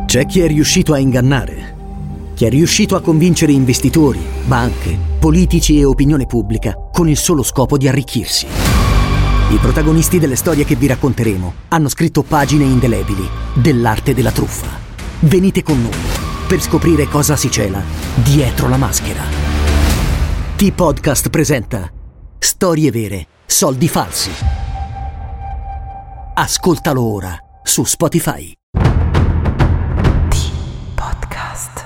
C'è chi è riuscito a ingannare, chi è riuscito a convincere investitori, banche, politici e opinione pubblica con il solo scopo di arricchirsi. I protagonisti delle storie che vi racconteremo hanno scritto pagine indelebili dell'arte della truffa. Venite con noi per scoprire cosa si cela dietro la maschera. T-Podcast presenta Storie vere, soldi falsi. Ascoltalo ora su Spotify. T-Podcast.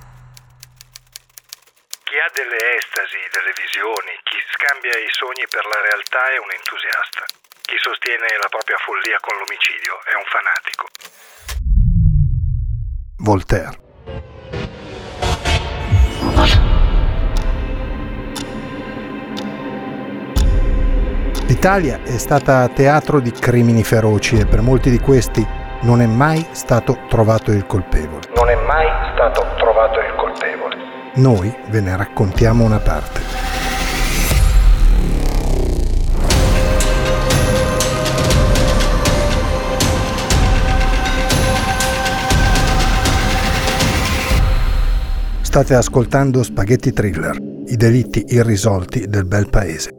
Chi ha delle estasi, delle visioni, chi scambia i sogni per la realtà è un entusiasta. Chi sostiene la propria follia con l'omicidio è un fanatico. Voltaire. L'Italia è stata teatro di crimini feroci e per molti di questi non è mai stato trovato il colpevole. Noi ve ne raccontiamo una parte. State ascoltando Spaghetti Thriller, i delitti irrisolti del bel paese.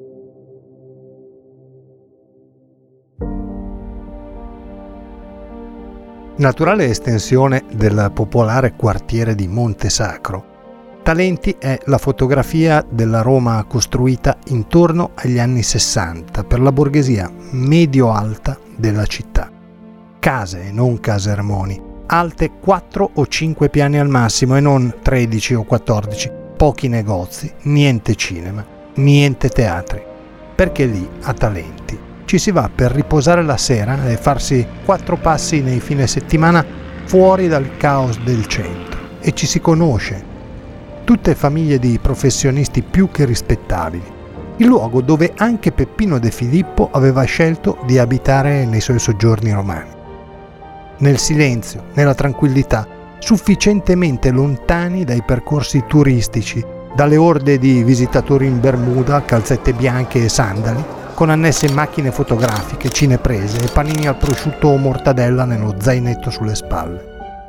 Naturale estensione del popolare quartiere di Monte Sacro, Talenti è la fotografia della Roma costruita intorno agli anni 60 per la borghesia medio-alta della città. Case e non casermoni, alte 4 o 5 piani al massimo e non 13 o 14, pochi negozi, niente cinema, niente teatri, perché lì a Talenti ci si va per riposare la sera e farsi 4 passi nei fine settimana fuori dal caos del centro e ci si conosce. Tutte famiglie di professionisti più che rispettabili. Il luogo dove anche Peppino De Filippo aveva scelto di abitare nei suoi soggiorni romani. Nel silenzio, nella tranquillità, sufficientemente lontani dai percorsi turistici, dalle orde di visitatori in bermuda, calzette bianche e sandali, con annesse macchine fotografiche, cineprese e panini al prosciutto o mortadella nello zainetto sulle spalle.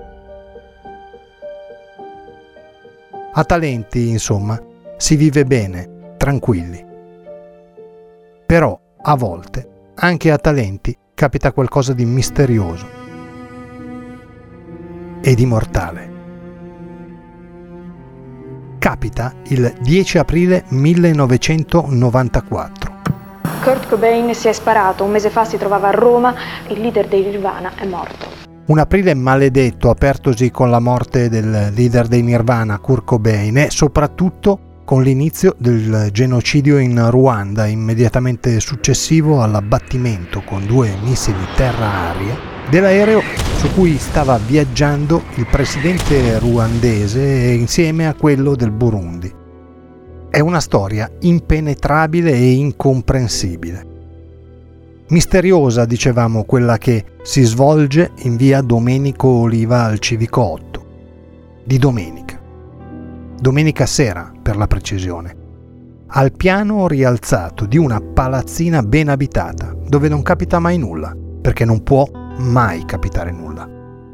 A Talenti, insomma, si vive bene, tranquilli. Però, a volte, anche a Talenti capita qualcosa di misterioso e di mortale. Capita il 10 aprile 1994. Kurt Cobain si è sparato, un mese fa si trovava a Roma, il leader dei Nirvana è morto. Un aprile maledetto apertosi con la morte del leader dei Nirvana, Kurt Cobain, e soprattutto con l'inizio del genocidio in Ruanda, immediatamente successivo all'abbattimento con 2 missili terra-aria dell'aereo su cui stava viaggiando il presidente ruandese insieme a quello del Burundi. È una storia impenetrabile e incomprensibile. Misteriosa, dicevamo, quella che si svolge in via Domenico Oliva al Civico 8. Di domenica. Domenica sera, per la precisione. Al piano rialzato di una palazzina ben abitata, dove non capita mai nulla, perché non può mai capitare nulla.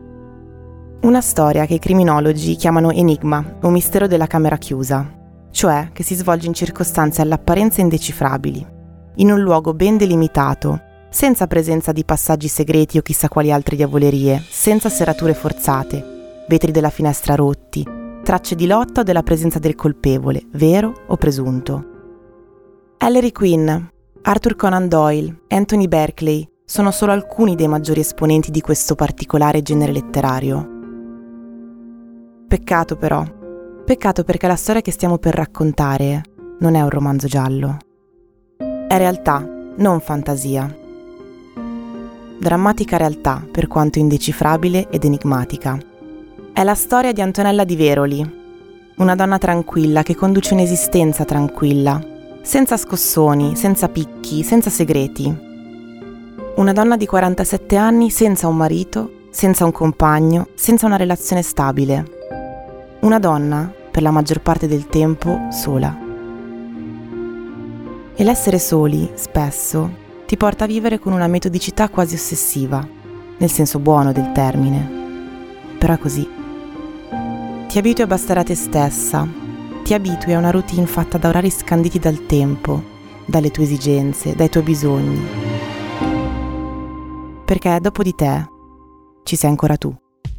Una storia che i criminologi chiamano enigma o mistero della camera chiusa, cioè che si svolge in circostanze all'apparenza indecifrabili, in un luogo ben delimitato, senza presenza di passaggi segreti o chissà quali altre diavolerie, senza serrature forzate, vetri della finestra rotti, tracce di lotta o della presenza del colpevole, vero o presunto. Ellery Quinn, Arthur Conan Doyle, Anthony Berkeley sono solo alcuni dei maggiori esponenti di questo particolare genere letterario. Peccato però. Peccato perché la storia che stiamo per raccontare non è un romanzo giallo. È realtà, non fantasia. Drammatica realtà, per quanto indecifrabile ed enigmatica. È la storia di Antonella Di Veroli, una donna tranquilla che conduce un'esistenza tranquilla, senza scossoni, senza picchi, senza segreti. Una donna di 47 anni senza un marito, senza un compagno, senza una relazione stabile. Una donna, per la maggior parte del tempo, sola. E l'essere soli, spesso, ti porta a vivere con una metodicità quasi ossessiva, nel senso buono del termine. però è così. Ti abitui a bastare a te stessa, ti abitui a una routine fatta da orari scanditi dal tempo, dalle tue esigenze, dai tuoi bisogni. Perché dopo di te ci sei ancora tu.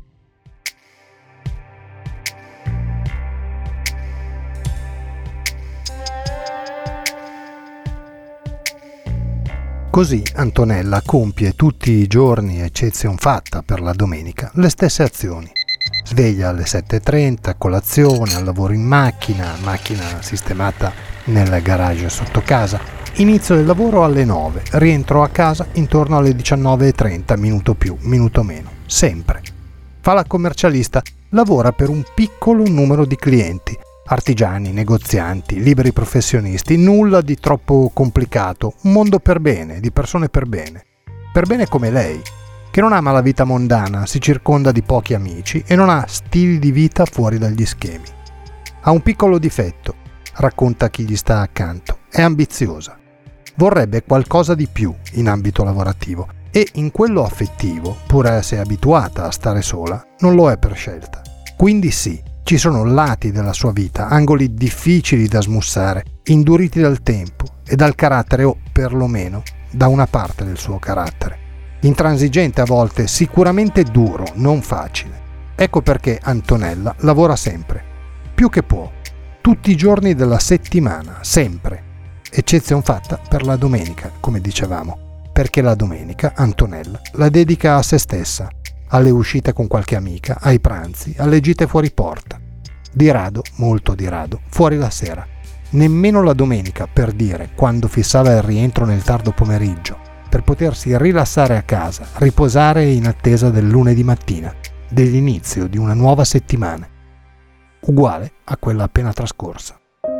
Così Antonella compie tutti i giorni, eccezion fatta per la domenica, le stesse azioni. Sveglia alle 7:30, colazione, al lavoro in macchina sistemata nel garage sotto casa, inizio del lavoro alle 9, rientro a casa intorno alle 19:30, minuto più, minuto meno, sempre. Fa la commercialista, lavora per un piccolo numero di clienti, artigiani, negozianti, liberi professionisti, nulla di troppo complicato, un mondo per bene, di persone per bene come lei, che non ama la vita mondana, si circonda di pochi amici e non ha stili di vita fuori dagli schemi. Ha un piccolo difetto, racconta chi gli sta accanto, è ambiziosa. Vorrebbe qualcosa di più in ambito lavorativo e in quello affettivo, pur se è abituata a stare sola, non lo è per scelta. Quindi sì, ci sono lati della sua vita, angoli difficili da smussare, induriti dal tempo e dal carattere o perlomeno da una parte del suo carattere. Intransigente a volte, sicuramente duro, non facile. Ecco perché Antonella lavora sempre, più che può, tutti i giorni della settimana, sempre. Eccezion fatta per la domenica, come dicevamo, perché la domenica Antonella la dedica a se stessa, alle uscite con qualche amica, ai pranzi, alle gite fuori porta. Di rado, molto di rado, fuori la sera. Nemmeno la domenica, per dire, quando fissava il rientro nel tardo pomeriggio, per potersi rilassare a casa, riposare in attesa del lunedì mattina, dell'inizio di una nuova settimana, uguale a quella appena trascorsa.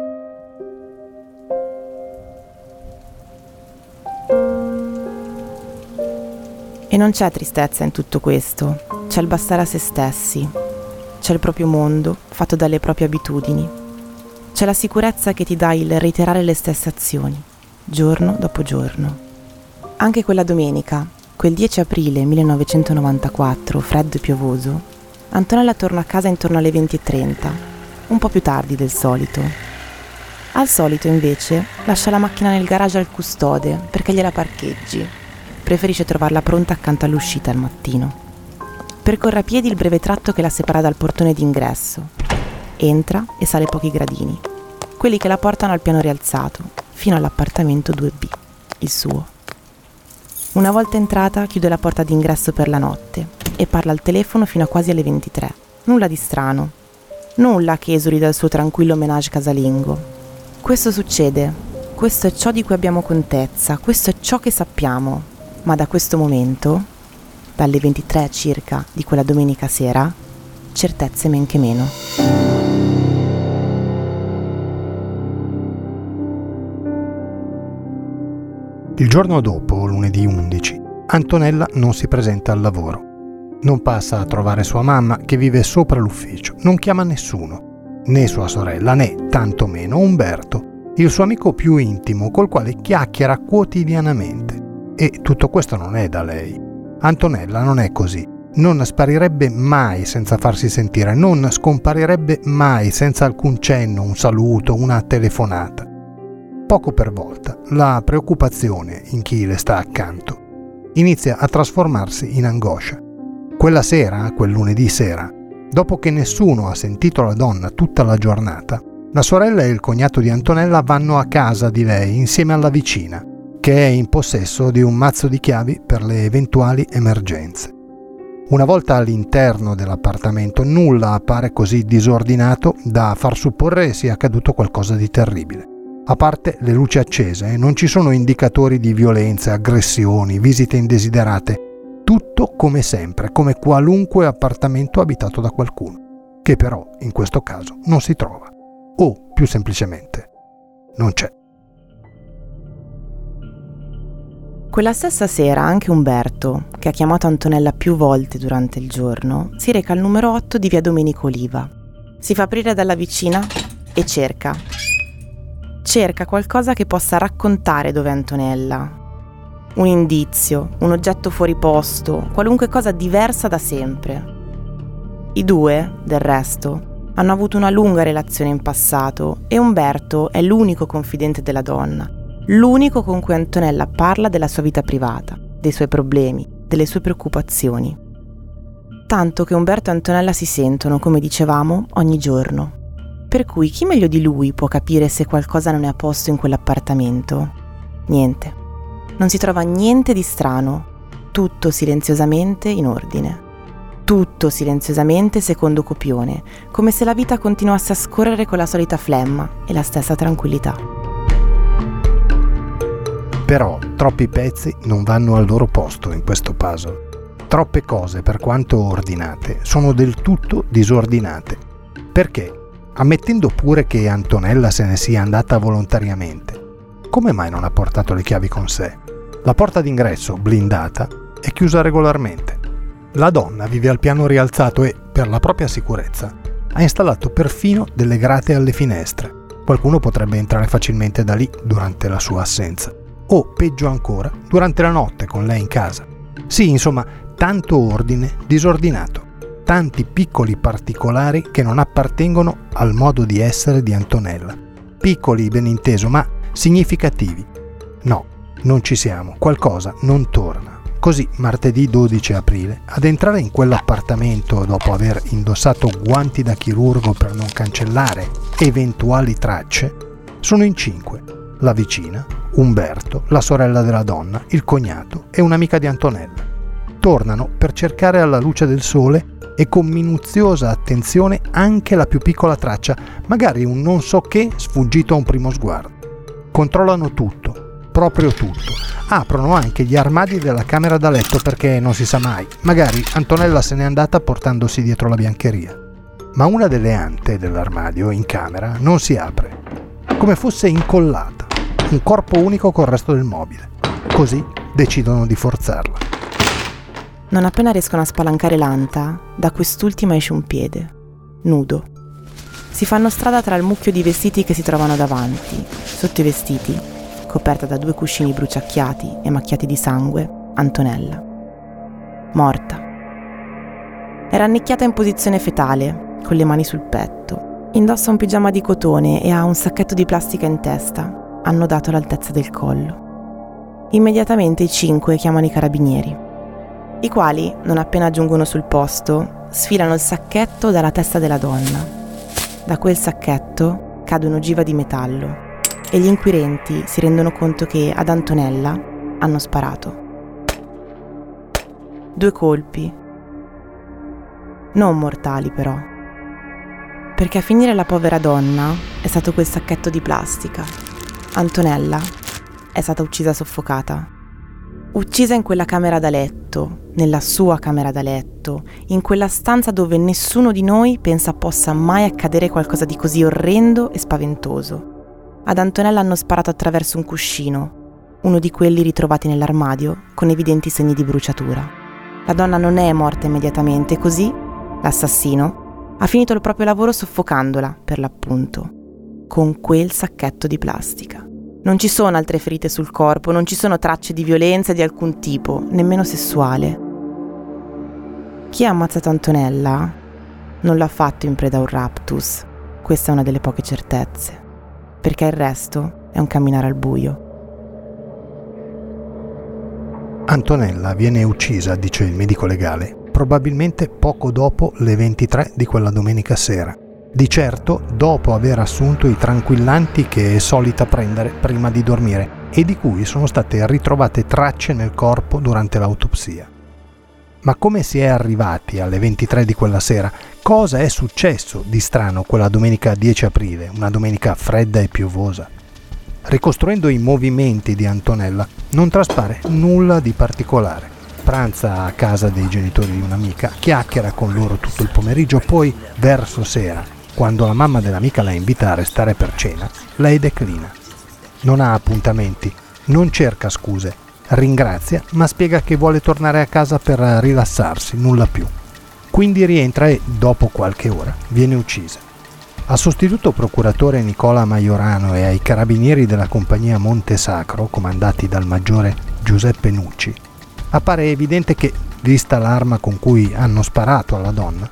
E non c'è tristezza in tutto questo, c'è il bastare a se stessi, c'è il proprio mondo fatto dalle proprie abitudini, c'è la sicurezza che ti dà il reiterare le stesse azioni, giorno dopo giorno. Anche quella domenica, quel 10 aprile 1994, freddo e piovoso, Antonella torna a casa intorno alle 20:30, un po' più tardi del solito. Al solito, invece, lascia la macchina nel garage al custode perché gliela parcheggi. Preferisce trovarla pronta accanto all'uscita al mattino. Percorre a piedi il breve tratto che la separa dal portone d'ingresso. Entra e sale pochi gradini, quelli che la portano al piano rialzato, fino all'appartamento 2B, il suo. Una volta entrata, chiude la porta d'ingresso per la notte e parla al telefono fino a quasi alle 23. Nulla di strano. Nulla che esuli dal suo tranquillo ménage casalingo. Questo succede. Questo è ciò di cui abbiamo contezza. Questo è ciò che sappiamo. Ma da questo momento, dalle 23 circa di quella domenica sera, certezze men che meno. Il giorno dopo, lunedì 11, Antonella non si presenta al lavoro. Non passa a trovare sua mamma, che vive sopra l'ufficio. Non chiama nessuno, né sua sorella, né, tantomeno, Umberto, il suo amico più intimo, col quale chiacchiera quotidianamente. E tutto questo non è da lei. Antonella non è così. Non sparirebbe mai senza farsi sentire, non scomparirebbe mai senza alcun cenno, un saluto, una telefonata. Poco per volta, la preoccupazione in chi le sta accanto inizia a trasformarsi in angoscia. Quella sera, quel lunedì sera, dopo che nessuno ha sentito la donna tutta la giornata, la sorella e il cognato di Antonella vanno a casa di lei insieme alla vicina, che è in possesso di un mazzo di chiavi per le eventuali emergenze. Una volta all'interno dell'appartamento, nulla appare così disordinato da far supporre sia accaduto qualcosa di terribile. A parte le luci accese, non ci sono indicatori di violenze, aggressioni, visite indesiderate. Tutto come sempre, come qualunque appartamento abitato da qualcuno, che però in questo caso non si trova. O, più semplicemente, non c'è. Quella stessa sera anche Umberto, che ha chiamato Antonella più volte durante il giorno, si reca al numero 8 di via Domenico Oliva. Si fa aprire dalla vicina e cerca qualcosa che possa raccontare dov'è Antonella. Un indizio, un oggetto fuori posto, qualunque cosa diversa da sempre. I due, del resto, hanno avuto una lunga relazione in passato e Umberto è l'unico confidente della donna, l'unico con cui Antonella parla della sua vita privata, dei suoi problemi, delle sue preoccupazioni. Tanto che Umberto e Antonella si sentono, come dicevamo, ogni giorno. Per cui chi meglio di lui può capire se qualcosa non è a posto in quell'appartamento? Niente. Non si trova niente di strano. Tutto silenziosamente in ordine. Tutto silenziosamente secondo copione, come se la vita continuasse a scorrere con la solita flemma e la stessa tranquillità. Però troppi pezzi non vanno al loro posto in questo puzzle. Troppe cose, per quanto ordinate, sono del tutto disordinate. Perché? Ammettendo pure che Antonella se ne sia andata volontariamente, come mai non ha portato le chiavi con sé? La porta d'ingresso, blindata, è chiusa regolarmente. La donna vive al piano rialzato e, per la propria sicurezza, ha installato perfino delle grate alle finestre. Qualcuno potrebbe entrare facilmente da lì durante la sua assenza. O, peggio ancora, durante la notte con lei in casa. Sì, insomma, tanto ordine disordinato. Tanti piccoli particolari che non appartengono al modo di essere di Antonella. Piccoli, ben inteso, ma significativi. No, non ci siamo, qualcosa non torna. Così, martedì 12 aprile, ad entrare in quell'appartamento dopo aver indossato guanti da chirurgo per non cancellare eventuali tracce, sono in 5. La vicina, Umberto, la sorella della donna, il cognato e un'amica di Antonella. Tornano per cercare alla luce del sole e con minuziosa attenzione anche la più piccola traccia, magari un non so che sfuggito a un primo sguardo. Controllano tutto, proprio tutto. Aprono anche gli armadi della camera da letto perché non si sa mai, magari Antonella se n'è andata portandosi dietro la biancheria. Ma una delle ante dell'armadio in camera non si apre, come fosse incollata, un corpo unico col resto del mobile. Così decidono di forzarla. Non appena riescono a spalancare l'anta, da quest'ultima esce un piede, nudo. Si fanno strada tra il mucchio di vestiti che si trovano davanti. Sotto i vestiti, coperta da 2 cuscini bruciacchiati e macchiati di sangue, Antonella. Morta. È rannicchiata in posizione fetale, con le mani sul petto. Indossa un pigiama di cotone e ha un sacchetto di plastica in testa, annodato all'altezza del collo. Immediatamente i 5 chiamano i carabinieri, i quali, non appena giungono sul posto, sfilano il sacchetto dalla testa della donna. Da quel sacchetto cade un'ogiva di metallo e gli inquirenti si rendono conto che ad Antonella hanno sparato. 2 colpi. Non mortali però, perché a finire la povera donna è stato quel sacchetto di plastica. Antonella è stata uccisa soffocata. Uccisa in quella camera da letto, nella sua camera da letto, in quella stanza dove nessuno di noi pensa possa mai accadere qualcosa di così orrendo e spaventoso. Ad Antonella hanno sparato attraverso un cuscino, uno di quelli ritrovati nell'armadio, con evidenti segni di bruciatura. La donna non è morta immediatamente, così l'assassino ha finito il proprio lavoro soffocandola, per l'appunto, con quel sacchetto di plastica. Non ci sono altre ferite sul corpo, non ci sono tracce di violenza di alcun tipo, nemmeno sessuale. Chi ha ammazzato Antonella non l'ha fatto in preda a un raptus, questa è una delle poche certezze, perché il resto è un camminare al buio. Antonella viene uccisa, dice il medico legale, probabilmente poco dopo le 23 di quella domenica sera. Di certo dopo aver assunto i tranquillanti che è solita prendere prima di dormire e di cui sono state ritrovate tracce nel corpo durante l'autopsia. Ma come si è arrivati alle 23 di quella sera? Cosa è successo di strano quella domenica 10 aprile, una domenica fredda e piovosa? Ricostruendo i movimenti di Antonella non traspare nulla di particolare. Pranza a casa dei genitori di un'amica, chiacchiera con loro tutto il pomeriggio, poi verso sera, quando la mamma dell'amica la invita a restare per cena, lei declina. Non ha appuntamenti, non cerca scuse, ringrazia, ma spiega che vuole tornare a casa per rilassarsi, nulla più. Quindi rientra e, dopo qualche ora, viene uccisa. Al sostituto procuratore Nicola Maiorano e ai carabinieri della compagnia Monte Sacro, comandati dal maggiore Giuseppe Nucci, appare evidente che, vista l'arma con cui hanno sparato alla donna,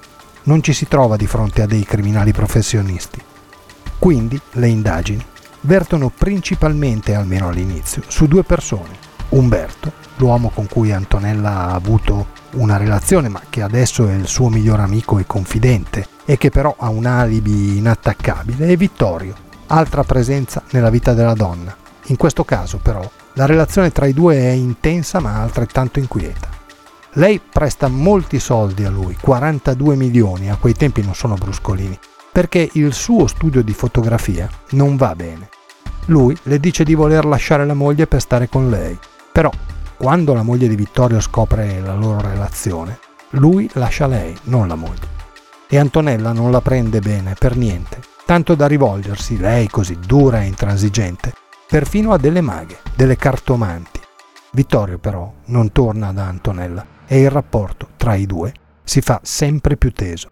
non ci si trova di fronte a dei criminali professionisti. Quindi le indagini vertono principalmente, almeno all'inizio, su 2 persone. Umberto, l'uomo con cui Antonella ha avuto una relazione ma che adesso è il suo miglior amico e confidente e che però ha un alibi inattaccabile, e Vittorio, altra presenza nella vita della donna. In questo caso però la relazione tra i due è intensa ma altrettanto inquieta. Lei presta molti soldi a lui, 42 milioni, a quei tempi non sono bruscolini, perché il suo studio di fotografia non va bene. Lui le dice di voler lasciare la moglie per stare con lei, però quando la moglie di Vittorio scopre la loro relazione, lui lascia lei, non la moglie. E Antonella non la prende bene per niente, tanto da rivolgersi, lei così dura e intransigente, perfino a delle maghe, delle cartomanti. Vittorio però non torna da Antonella e il rapporto tra i due si fa sempre più teso.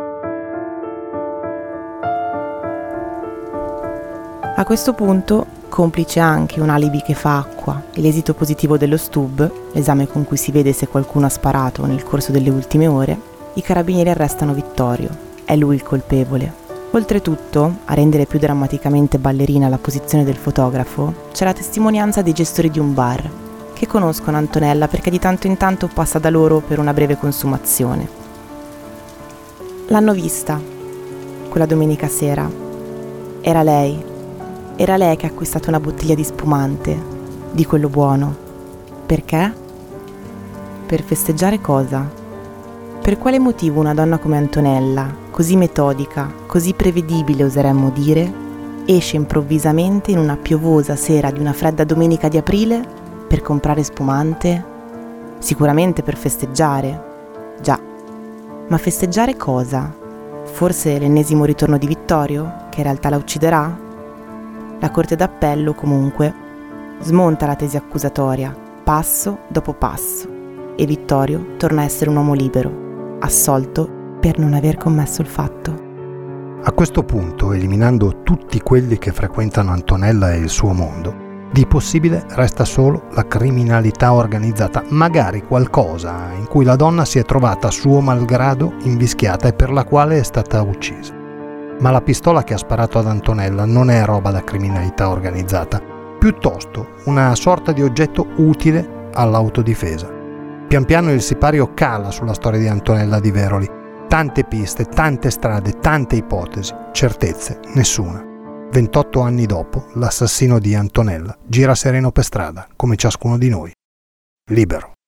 A questo punto, complice anche un alibi che fa acqua e l'esito positivo dello STUB, l'esame con cui si vede se qualcuno ha sparato nel corso delle ultime ore, i carabinieri arrestano Vittorio. È lui il colpevole. Oltretutto, a rendere più drammaticamente ballerina la posizione del fotografo, c'è la testimonianza dei gestori di un bar, che conoscono Antonella perché di tanto in tanto passa da loro per una breve consumazione. L'hanno vista, quella domenica sera. Era lei che ha acquistato una bottiglia di spumante, di quello buono. Perché? Per festeggiare cosa? Per quale motivo una donna come Antonella, così metodica, così prevedibile oseremmo dire, esce improvvisamente in una piovosa sera di una fredda domenica di aprile per comprare spumante? Sicuramente per festeggiare. Già. Ma festeggiare cosa? Forse l'ennesimo ritorno di Vittorio, che in realtà la ucciderà? La Corte d'Appello, comunque, smonta la tesi accusatoria, passo dopo passo, e Vittorio torna a essere un uomo libero, assolto per non aver commesso il fatto. A questo punto, eliminando tutti quelli che frequentano Antonella e il suo mondo, di possibile resta solo la criminalità organizzata, magari qualcosa in cui la donna si è trovata a suo malgrado invischiata e per la quale è stata uccisa. Ma la pistola che ha sparato ad Antonella non è roba da criminalità organizzata, piuttosto una sorta di oggetto utile all'autodifesa. Pian piano il sipario cala sulla storia di Antonella di Veroli. Tante piste, tante strade, tante ipotesi, certezze, nessuna. 28 anni dopo, l'assassino di Antonella gira sereno per strada, come ciascuno di noi. Libero.